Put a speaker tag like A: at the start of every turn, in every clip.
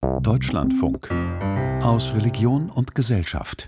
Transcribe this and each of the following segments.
A: Deutschlandfunk. Aus Religion und Gesellschaft.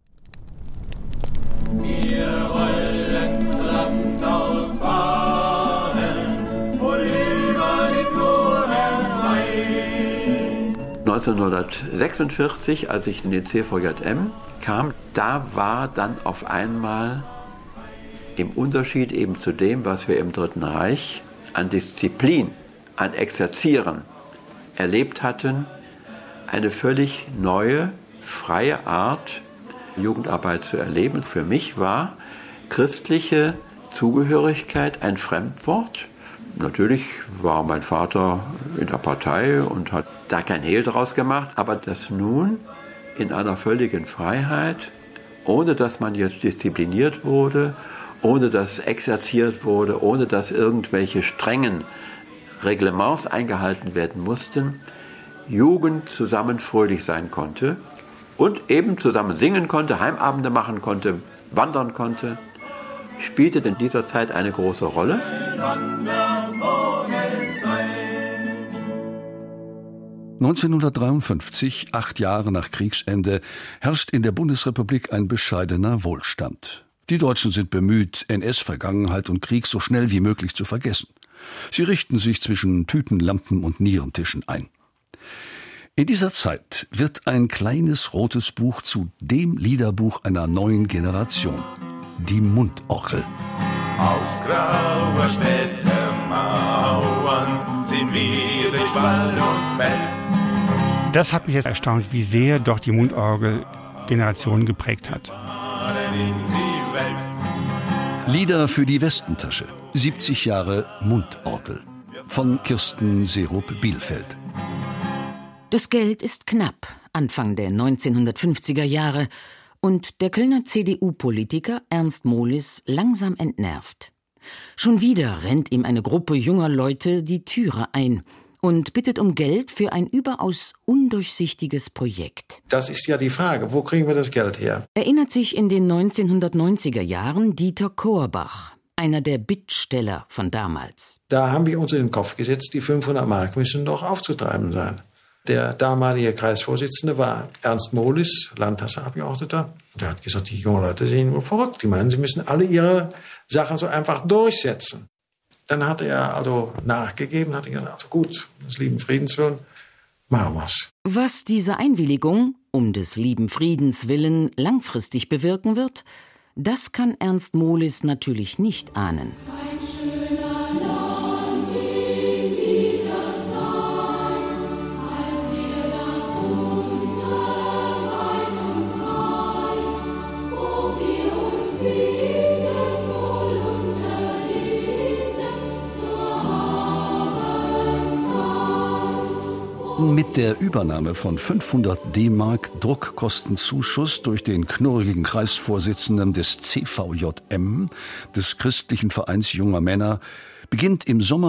B: Wir wollen Land ausfahren, worüber die Fluren weit.
C: 1946, als ich in den CVJM kam, da war dann auf einmal im Unterschied eben zu dem, was wir im Dritten Reich an Disziplin, an Exerzieren erlebt hatten, eine völlig neue, freie Art, Jugendarbeit zu erleben. Für mich war christliche Zugehörigkeit ein Fremdwort. Natürlich war mein Vater in der Partei und hat da kein Hehl draus gemacht, aber das nun in einer völligen Freiheit, ohne dass man jetzt diszipliniert wurde, ohne dass exerziert wurde, ohne dass irgendwelche strengen Reglements eingehalten werden mussten, Jugend zusammen fröhlich sein konnte und eben zusammen singen konnte, Heimabende machen konnte, wandern konnte, spielte in dieser Zeit eine große Rolle.
A: 1953, 8 Jahre nach Kriegsende, herrscht in der Bundesrepublik ein bescheidener Wohlstand. Die Deutschen sind bemüht, NS-Vergangenheit und Krieg so schnell wie möglich zu vergessen. Sie richten sich zwischen Tütenlampen und Nierentischen ein. In dieser Zeit wird ein kleines rotes Buch zu dem Liederbuch einer neuen Generation. Die Mundorgel.
B: Aus grauer Städte Mauern ziehen wir durch Wald und Feld.
D: Das hat mich jetzt erstaunt, wie sehr doch die Mundorgel Generationen geprägt hat.
A: Lieder für die Westentasche. 70 Jahre Mundorgel. Von Kirsten Seerup-Bielfeld.
E: Das Geld ist knapp, Anfang der 1950er Jahre, und der Kölner CDU-Politiker Ernst Molis langsam entnervt. Schon wieder rennt ihm eine Gruppe junger Leute die Türe ein und bittet um Geld für ein überaus undurchsichtiges Projekt.
F: Das ist ja die Frage, wo kriegen wir das Geld her?
E: Erinnert sich in den 1990er Jahren Dieter Korbach, einer der Bittsteller von damals.
F: Da haben wir uns in den Kopf gesetzt, die 500 Mark müssen doch aufzutreiben sein. Der damalige Kreisvorsitzende war Ernst Molis, Landtagsabgeordneter. Der hat gesagt, die jungen Leute sind wohl verrückt. Die meinen, sie müssen alle ihre Sachen so einfach durchsetzen. Dann hat er also nachgegeben, hat gesagt, also gut, des lieben Friedens willen, machen wir's.
E: Was diese Einwilligung, um des lieben Friedens willen, langfristig bewirken wird, das kann Ernst Molis natürlich nicht ahnen.
A: Mit der Übernahme von 500 D-Mark Druckkostenzuschuss durch den knurrigen Kreisvorsitzenden des CVJM, des Christlichen Vereins Junger Männer, beginnt im Sommer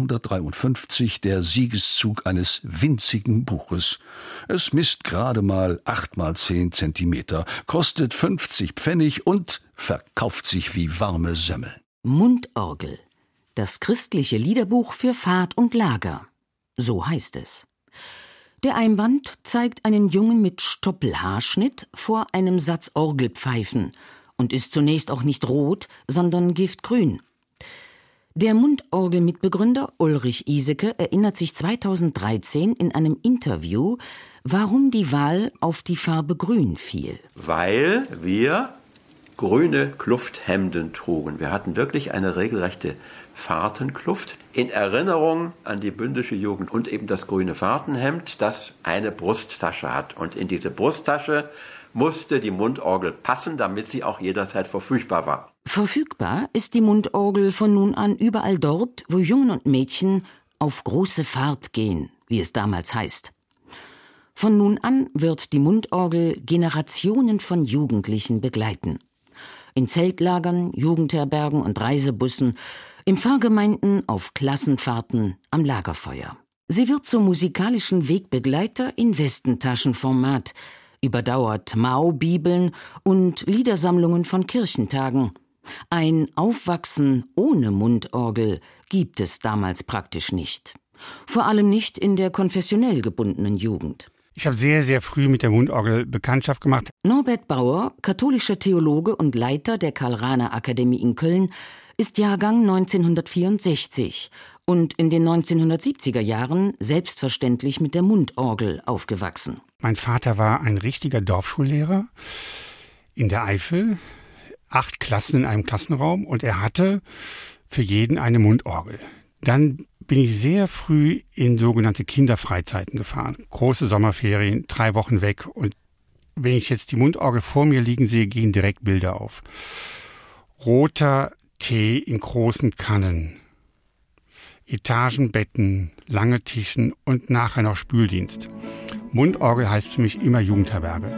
A: 1953 der Siegeszug eines winzigen Buches. Es misst gerade mal 8 mal 10 Zentimeter, kostet 50 Pfennig und verkauft sich wie warme Semmel.
E: Mundorgel, das christliche Liederbuch für Fahrt und Lager. So heißt es. Der Einband zeigt einen Jungen mit Stoppelhaarschnitt vor einem Satz Orgelpfeifen und ist zunächst auch nicht rot, sondern giftgrün. Der Mundorgel-Mitbegründer Ulrich Iseke erinnert sich 2013 in einem Interview, warum die Wahl auf die Farbe Grün fiel.
C: Weil wir grüne Klufthemden trugen. Wir hatten wirklich eine regelrechte Fahrtenkluft in Erinnerung an die bündische Jugend und eben das grüne Fahrtenhemd, das eine Brusttasche hat. Und in diese Brusttasche musste die Mundorgel passen, damit sie auch jederzeit verfügbar war.
E: Verfügbar ist die Mundorgel von nun an überall dort, wo Jungen und Mädchen auf große Fahrt gehen, wie es damals heißt. Von nun an wird die Mundorgel Generationen von Jugendlichen begleiten. In Zeltlagern, Jugendherbergen und Reisebussen, im Pfarrgemeinden, auf Klassenfahrten, am Lagerfeuer. Sie wird zum musikalischen Wegbegleiter in Westentaschenformat, überdauert Mao-Bibeln und Liedersammlungen von Kirchentagen. Ein Aufwachsen ohne Mundorgel gibt es damals praktisch nicht. Vor allem nicht in der konfessionell gebundenen Jugend.
D: Ich habe sehr, sehr früh mit der Mundorgel Bekanntschaft gemacht.
E: Norbert Bauer, katholischer Theologe und Leiter der Karl-Rahner-Akademie in Köln, ist Jahrgang 1964 und in den 1970er Jahren selbstverständlich mit der Mundorgel aufgewachsen.
D: Mein Vater war ein richtiger Dorfschullehrer in der Eifel, 8 Klassen in einem Klassenraum, und er hatte für jeden eine Mundorgel. Dann bin ich sehr früh in sogenannte Kinderfreizeiten gefahren. Große Sommerferien, 3 Wochen weg. Und wenn ich jetzt die Mundorgel vor mir liegen sehe, gehen direkt Bilder auf. Roter Tee in großen Kannen, Etagenbetten, lange Tischen und nachher noch Spüldienst. Mundorgel heißt für mich immer Jugendherberge.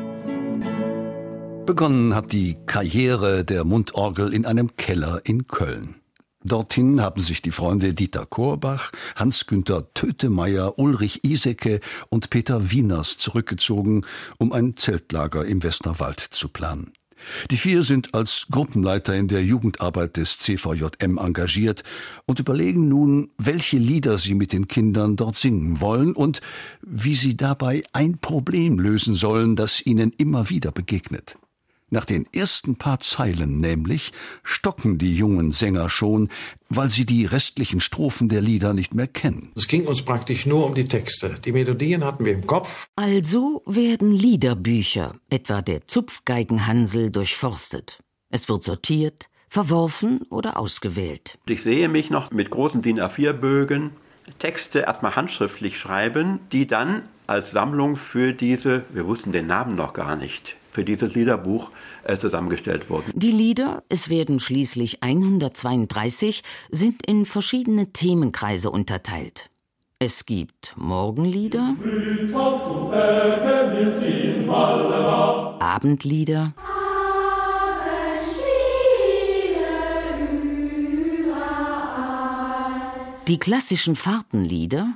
A: Begonnen hat die Karriere der Mundorgel in einem Keller in Köln. Dorthin haben sich die Freunde Dieter Korbach, Hans-Günther Tötemeyer, Ulrich Isecke und Peter Wieners zurückgezogen, um ein Zeltlager im Westerwald zu planen. Die 4 sind als Gruppenleiter in der Jugendarbeit des CVJM engagiert und überlegen nun, welche Lieder sie mit den Kindern dort singen wollen und wie sie dabei ein Problem lösen sollen, das ihnen immer wieder begegnet. Nach den ersten paar Zeilen nämlich stocken die jungen Sänger schon, weil sie die restlichen Strophen der Lieder nicht mehr kennen.
F: Es ging uns praktisch nur um die Texte. Die Melodien hatten wir im Kopf.
E: Also werden Liederbücher, etwa der Zupfgeigenhansel, durchforstet. Es wird sortiert, verworfen oder ausgewählt.
C: Ich sehe mich noch mit großen DIN A4-Bögen Texte erstmal handschriftlich schreiben, die dann als Sammlung für diese, wir wussten den Namen noch gar nicht, für dieses Liederbuch zusammengestellt wurden.
E: Die Lieder, es werden schließlich 132, sind in verschiedene Themenkreise unterteilt. Es gibt Morgenlieder, Abendlieder, die klassischen Fahrtenlieder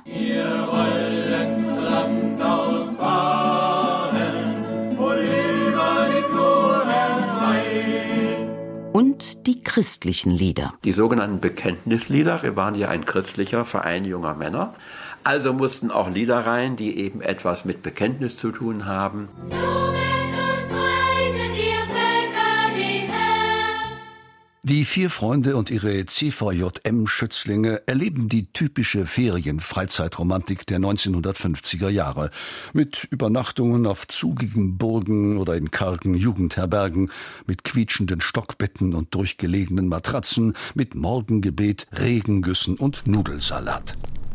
E: und die christlichen Lieder.
C: Die sogenannten Bekenntnislieder, wir waren ja ein christlicher Verein junger Männer, also mussten auch Lieder rein, die eben etwas mit Bekenntnis zu tun haben.
A: Die 4 Freunde und ihre CVJM-Schützlinge erleben die typische Ferien-Freizeitromantik der 1950er Jahre. Mit Übernachtungen auf zugigen Burgen oder in kargen Jugendherbergen, mit quietschenden Stockbetten und durchgelegenen Matratzen, mit Morgengebet, Regengüssen und Nudelsalat.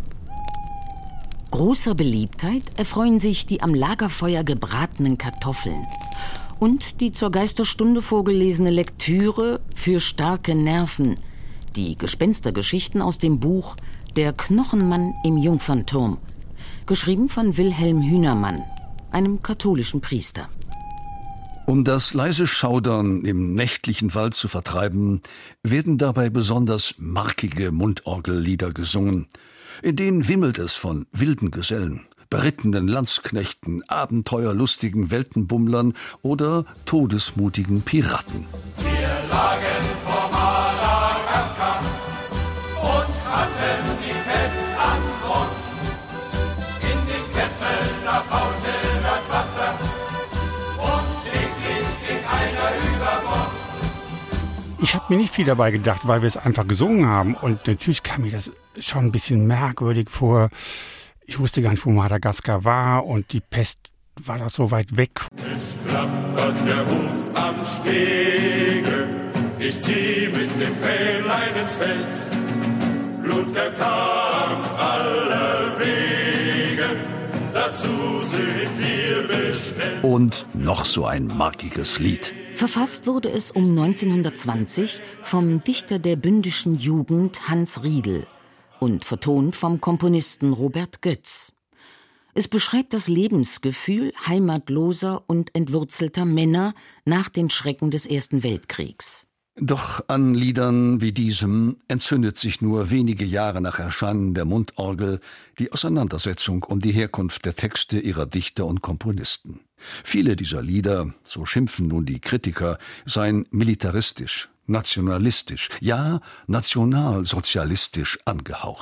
E: Großer Beliebtheit erfreuen sich die am Lagerfeuer gebratenen Kartoffeln und die zur Geisterstunde vorgelesene Lektüre für starke Nerven, die Gespenstergeschichten aus dem Buch Der Knochenmann im Jungfernturm, geschrieben von Wilhelm Hühnermann, einem katholischen Priester.
A: Um das leise Schaudern im nächtlichen Wald zu vertreiben, werden dabei besonders markige Mundorgellieder gesungen. In denen wimmelt es von wilden Gesellen, berittenen Landsknechten, abenteuerlustigen Weltenbummlern oder todesmutigen Piraten.
B: Wir lagen vor Madagaskar und hatten die Pest an Bord. In den Kesseln da faulte das Wasser und täglich ging einer über Bord.
D: Ich habe mir nicht viel dabei gedacht, weil wir es einfach gesungen haben. Und natürlich kam mir das schon ein bisschen merkwürdig vor. Ich wusste gar nicht, wo Madagaskar war und die Pest war doch so weit weg.
B: Es klappert der Huf am Stege, ich zieh mit dem Fähnlein ins Feld. Blutger Kampf aller Wege, dazu sind wir bestellt.
A: Und noch so ein markiges Lied.
E: Verfasst wurde es um 1920 vom Dichter der bündischen Jugend Hans Riedel und vertont vom Komponisten Robert Götz. Es beschreibt das Lebensgefühl heimatloser und entwurzelter Männer nach den Schrecken des Ersten Weltkriegs.
A: Doch an Liedern wie diesem entzündet sich nur wenige Jahre nach Erscheinen der Mundorgel die Auseinandersetzung um die Herkunft der Texte ihrer Dichter und Komponisten. Viele dieser Lieder, so schimpfen nun die Kritiker, seien militaristisch, nationalistisch, ja nationalsozialistisch angehaucht.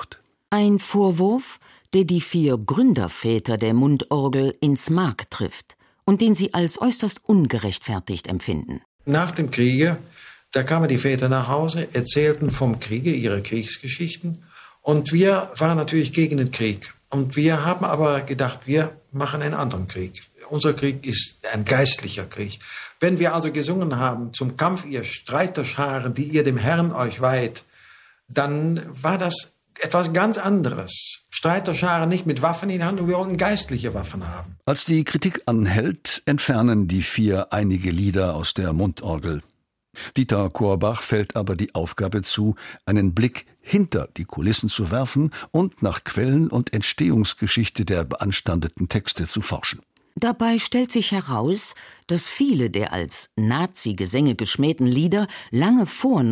E: Ein Vorwurf, der die 4 Gründerväter der Mundorgel ins Mark trifft und den sie als äußerst ungerechtfertigt empfinden.
F: Nach dem Kriege, da kamen die Väter nach Hause, erzählten vom Kriege ihre Kriegsgeschichten. Und wir waren natürlich gegen den Krieg. Und wir haben aber gedacht, wir machen einen anderen Krieg. Unser Krieg ist ein geistlicher Krieg. Wenn wir also gesungen haben, zum Kampf ihr Streiterscharen, die ihr dem Herrn euch weiht, dann war das etwas ganz anderes. Streiterscharen nicht mit Waffen in der Hand, und wir wollten geistliche Waffen haben.
A: Als die Kritik anhält, entfernen die 4 einige Lieder aus der Mundorgel. Dieter Korbach fällt aber die Aufgabe zu, einen Blick hinter die Kulissen zu werfen und nach Quellen und Entstehungsgeschichte der beanstandeten Texte zu forschen.
E: Dabei stellt sich heraus, dass viele der als Nazi-Gesänge geschmähten Lieder lange vor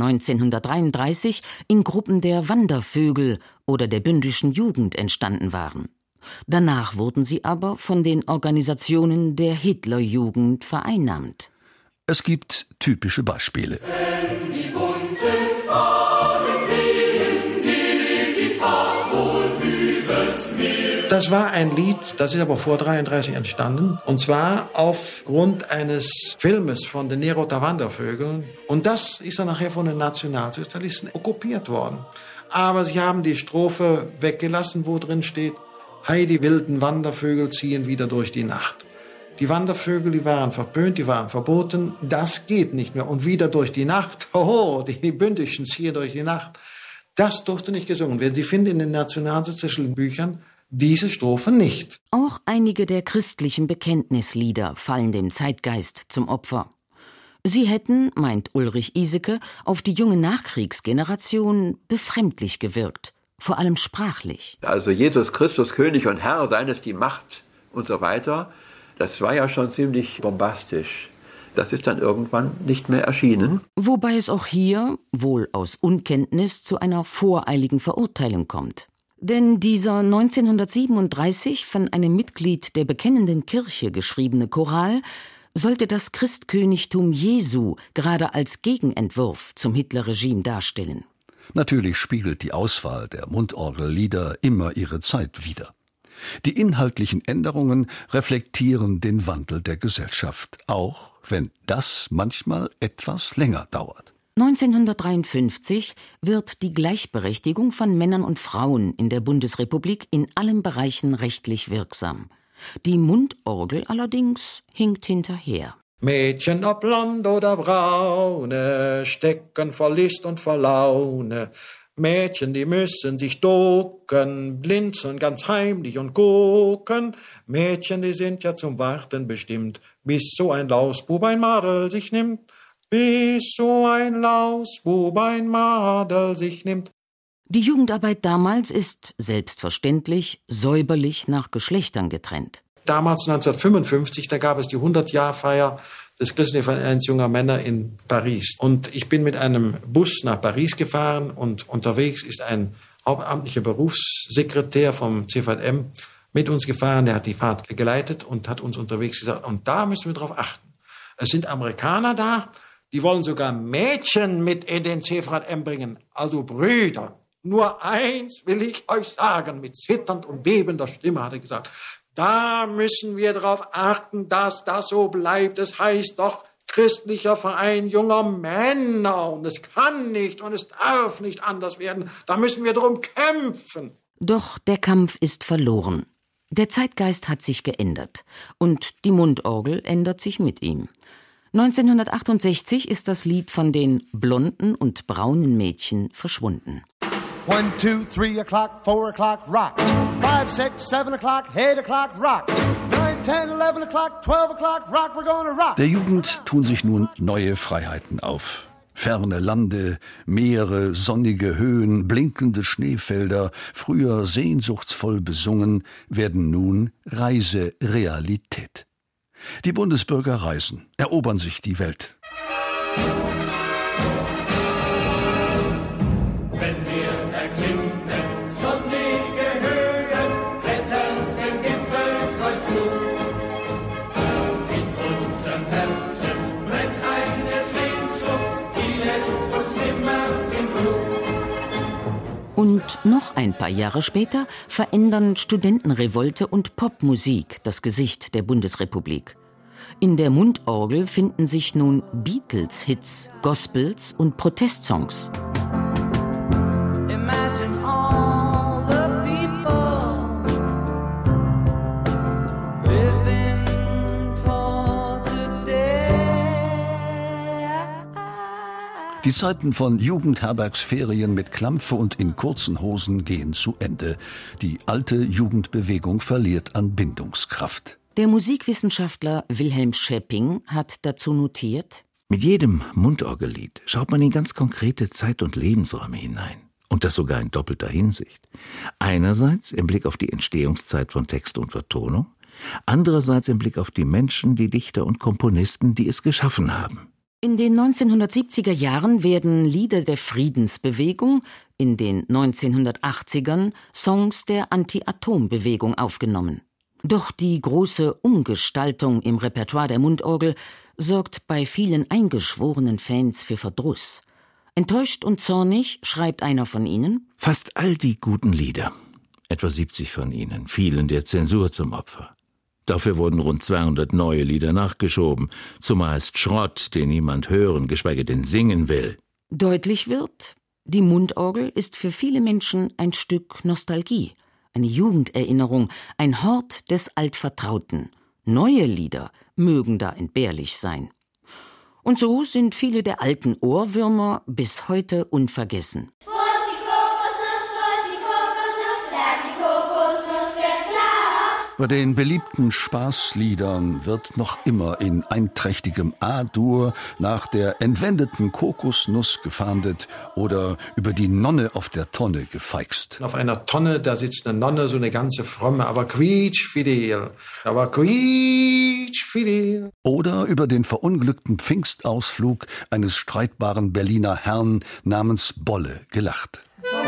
E: 1933 in Gruppen der Wandervögel oder der bündischen Jugend entstanden waren. Danach wurden sie aber von den Organisationen der Hitlerjugend vereinnahmt.
A: Es gibt typische Beispiele.
B: Wenn die bunten Fahnen wehen, geht die Fahrt wohl übers Meer.
F: Das war ein Lied, das ist aber vor 1933 entstanden. Und zwar aufgrund eines Filmes von den Neroter Wandervögeln. Und das ist dann nachher von den Nationalsozialisten okkupiert worden. Aber sie haben die Strophe weggelassen, wo drin steht: Hei, die wilden Wandervögel ziehen wieder durch die Nacht. Die Wandervögel, die waren verpönt, die waren verboten. Das geht nicht mehr. Und wieder durch die Nacht, die Bündischen ziehen durch die Nacht. Das durfte nicht gesungen werden. Sie finden in den nationalsozialistischen Büchern diese Strophe nicht.
E: Auch einige der christlichen Bekenntnislieder fallen dem Zeitgeist zum Opfer. Sie hätten, meint Ulrich Iseke, auf die junge Nachkriegsgeneration befremdlich gewirkt, vor allem sprachlich.
C: Also Jesus Christus, König und Herr, sein ist die Macht und so weiter. Das war ja schon ziemlich bombastisch. Das ist dann irgendwann nicht mehr erschienen.
E: Wobei es auch hier, wohl aus Unkenntnis, zu einer voreiligen Verurteilung kommt. Denn dieser 1937 von einem Mitglied der Bekennenden Kirche geschriebene Choral sollte das Christkönigtum Jesu gerade als Gegenentwurf zum Hitlerregime darstellen.
A: Natürlich spiegelt die Auswahl der Mundorgellieder immer ihre Zeit wider. Die inhaltlichen Änderungen reflektieren den Wandel der Gesellschaft, auch wenn das manchmal etwas länger dauert.
E: 1953 wird die Gleichberechtigung von Männern und Frauen in der Bundesrepublik in allen Bereichen rechtlich wirksam. Die Mundorgel allerdings hinkt hinterher.
F: Mädchen ob blond oder braune, stecken vor List und vor Laune. Mädchen, die müssen sich ducken, blinzeln ganz heimlich und gucken. Mädchen, die sind ja zum Warten bestimmt, bis so ein Lausbub ein Madel sich nimmt. Bis so ein Lausbub ein Madel sich nimmt.
E: Die Jugendarbeit damals ist, selbstverständlich, säuberlich nach Geschlechtern getrennt.
F: Damals 1955, da gab es die 100-Jahr-Feier des Christlichen Vereins junger Männer in Paris. Und ich bin mit einem Bus nach Paris gefahren und unterwegs ist ein hauptamtlicher Berufssekretär vom CVM mit uns gefahren. Der hat die Fahrt geleitet und hat uns unterwegs gesagt, und da müssen wir drauf achten. Es sind Amerikaner da, die wollen sogar Mädchen mit in den CVM bringen. Also Brüder, nur eins will ich euch sagen, mit zitternd und bebender Stimme hat er gesagt, da müssen wir darauf achten, dass das so bleibt. Es heißt doch Christlicher Verein junger Männer und es kann nicht und es darf nicht anders werden. Da müssen wir drum kämpfen.
E: Doch der Kampf ist verloren. Der Zeitgeist hat sich geändert und die Mundorgel ändert sich mit ihm. 1968 ist das Lied von den blonden und braunen Mädchen verschwunden.
G: 1, 2, 3 o'clock, 4 o'clock, rock. 5, 6, 7 o'clock, 8 o'clock, rock. 9, 10, 11 o'clock, 12 o'clock, rock, we're gonna rock.
A: Der Jugend tun sich nun neue Freiheiten auf. Ferne Lande, Meere, sonnige Höhen, blinkende Schneefelder, früher sehnsuchtsvoll besungen, werden nun Reiserealität. Die Bundesbürger reisen, erobern sich die Welt.
B: Wenn wir erklimmen sonnige Höhen, klettern den Gipfelkreuz zu. In unserem Herzen brennt eine Sehnsucht, die lässt uns nimmer in Ruhe.
E: Und Und noch ein paar Jahre später verändern Studentenrevolte und Popmusik das Gesicht der Bundesrepublik. In der Mundorgel finden sich nun Beatles-Hits, Gospels und Protestsongs.
A: Die Zeiten von Jugendherbergsferien mit Klampfe und in kurzen Hosen gehen zu Ende. Die alte Jugendbewegung verliert an Bindungskraft.
E: Der Musikwissenschaftler Wilhelm Schepping hat dazu notiert:
H: Mit jedem Mundorgellied schaut man in ganz konkrete Zeit- und Lebensräume hinein. Und das sogar in doppelter Hinsicht. Einerseits im Blick auf die Entstehungszeit von Text und Vertonung, andererseits im Blick auf die Menschen, die Dichter und Komponisten, die es geschaffen haben.
E: In den 1970er Jahren werden Lieder der Friedensbewegung, in den 1980ern Songs der Anti-Atom-Bewegung aufgenommen. Doch die große Umgestaltung im Repertoire der Mundorgel sorgt bei vielen eingeschworenen Fans für Verdruss. Enttäuscht und zornig schreibt einer von ihnen:
H: Fast all die guten Lieder, etwa 70 von ihnen, fielen der Zensur zum Opfer. Dafür wurden rund 200 neue Lieder nachgeschoben, zumeist Schrott, den niemand hören, geschweige denn singen will.
E: Deutlich wird, die Mundorgel ist für viele Menschen ein Stück Nostalgie, eine Jugenderinnerung, ein Hort des Altvertrauten. Neue Lieder mögen da entbehrlich sein. Und so sind viele der alten Ohrwürmer bis heute unvergessen.
A: Bei den beliebten Spaßliedern wird noch immer in einträchtigem A-Dur nach der entwendeten Kokosnuss gefahndet oder über die Nonne auf der Tonne gefeixt.
F: Auf einer Tonne, da sitzt eine Nonne, so eine ganze fromme, aber quietschfidel.
A: Oder über den verunglückten Pfingstausflug eines streitbaren Berliner Herrn namens Bolle gelacht.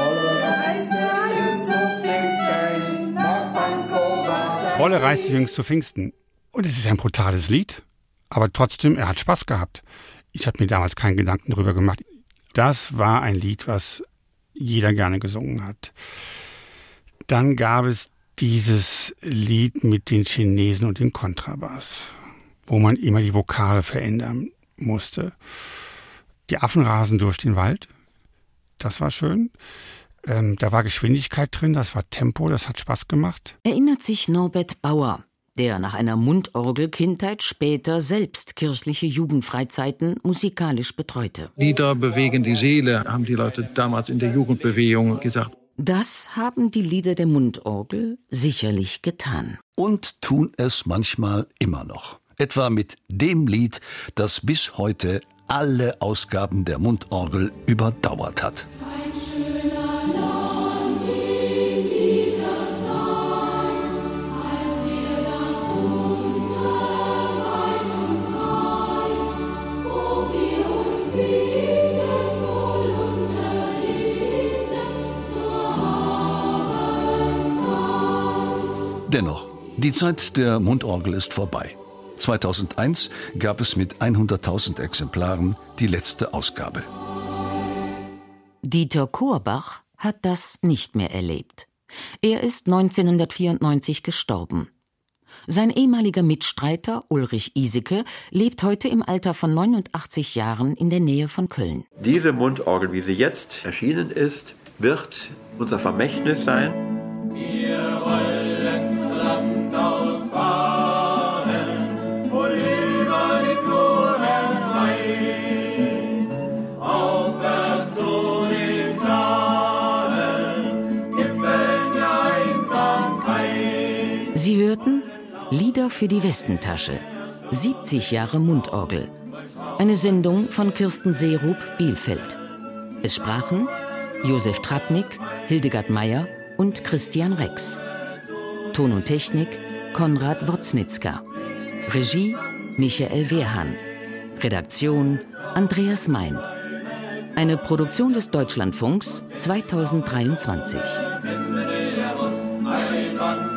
D: Bolle reiste jüngst zu Pfingsten. Und es ist ein brutales Lied, aber trotzdem, er hat Spaß gehabt. Ich habe mir damals keinen Gedanken darüber gemacht. Das war ein Lied, was jeder gerne gesungen hat. Dann gab es dieses Lied mit den Chinesen und dem Kontrabass, wo man immer die Vokale verändern musste. Die Affen rasen durch den Wald. Das war schön. Da war Geschwindigkeit drin, das war Tempo, das hat Spaß gemacht.
E: Erinnert sich Norbert Bauer, der nach einer Mundorgel-Kindheit später selbst kirchliche Jugendfreizeiten musikalisch betreute.
F: Lieder bewegen die Seele, haben die Leute damals in der Jugendbewegung gesagt.
E: Das haben die Lieder der Mundorgel sicherlich getan.
A: Und tun es manchmal immer noch. Etwa mit dem Lied, das bis heute alle Ausgaben der Mundorgel überdauert hat. Dennoch, die Zeit der Mundorgel ist vorbei. 2001 gab es mit 100.000 Exemplaren die letzte Ausgabe.
E: Dieter Korbach hat das nicht mehr erlebt. Er ist 1994 gestorben. Sein ehemaliger Mitstreiter Ulrich Iseke lebt heute im Alter von 89 Jahren in der Nähe von Köln.
C: Diese Mundorgel, wie sie jetzt erschienen ist, wird unser Vermächtnis sein.
B: Wir wollen zu Land ausfahren und über die Fluren weit, aufwärts zu den klaren Gipfeln der Einsamkeit.
E: Sie hörten Lieder für die Westentasche, 70 Jahre Mundorgel. Eine Sendung von Kirsten Seerup, Bielefeld. Es sprachen Josef Tratnik, Hildegard Meyer und Christian Rex. Ton und Technik Konrad Woznitzka. Regie Michael Wehrhahn. Redaktion Andreas Mein. Eine Produktion des Deutschlandfunks 2023.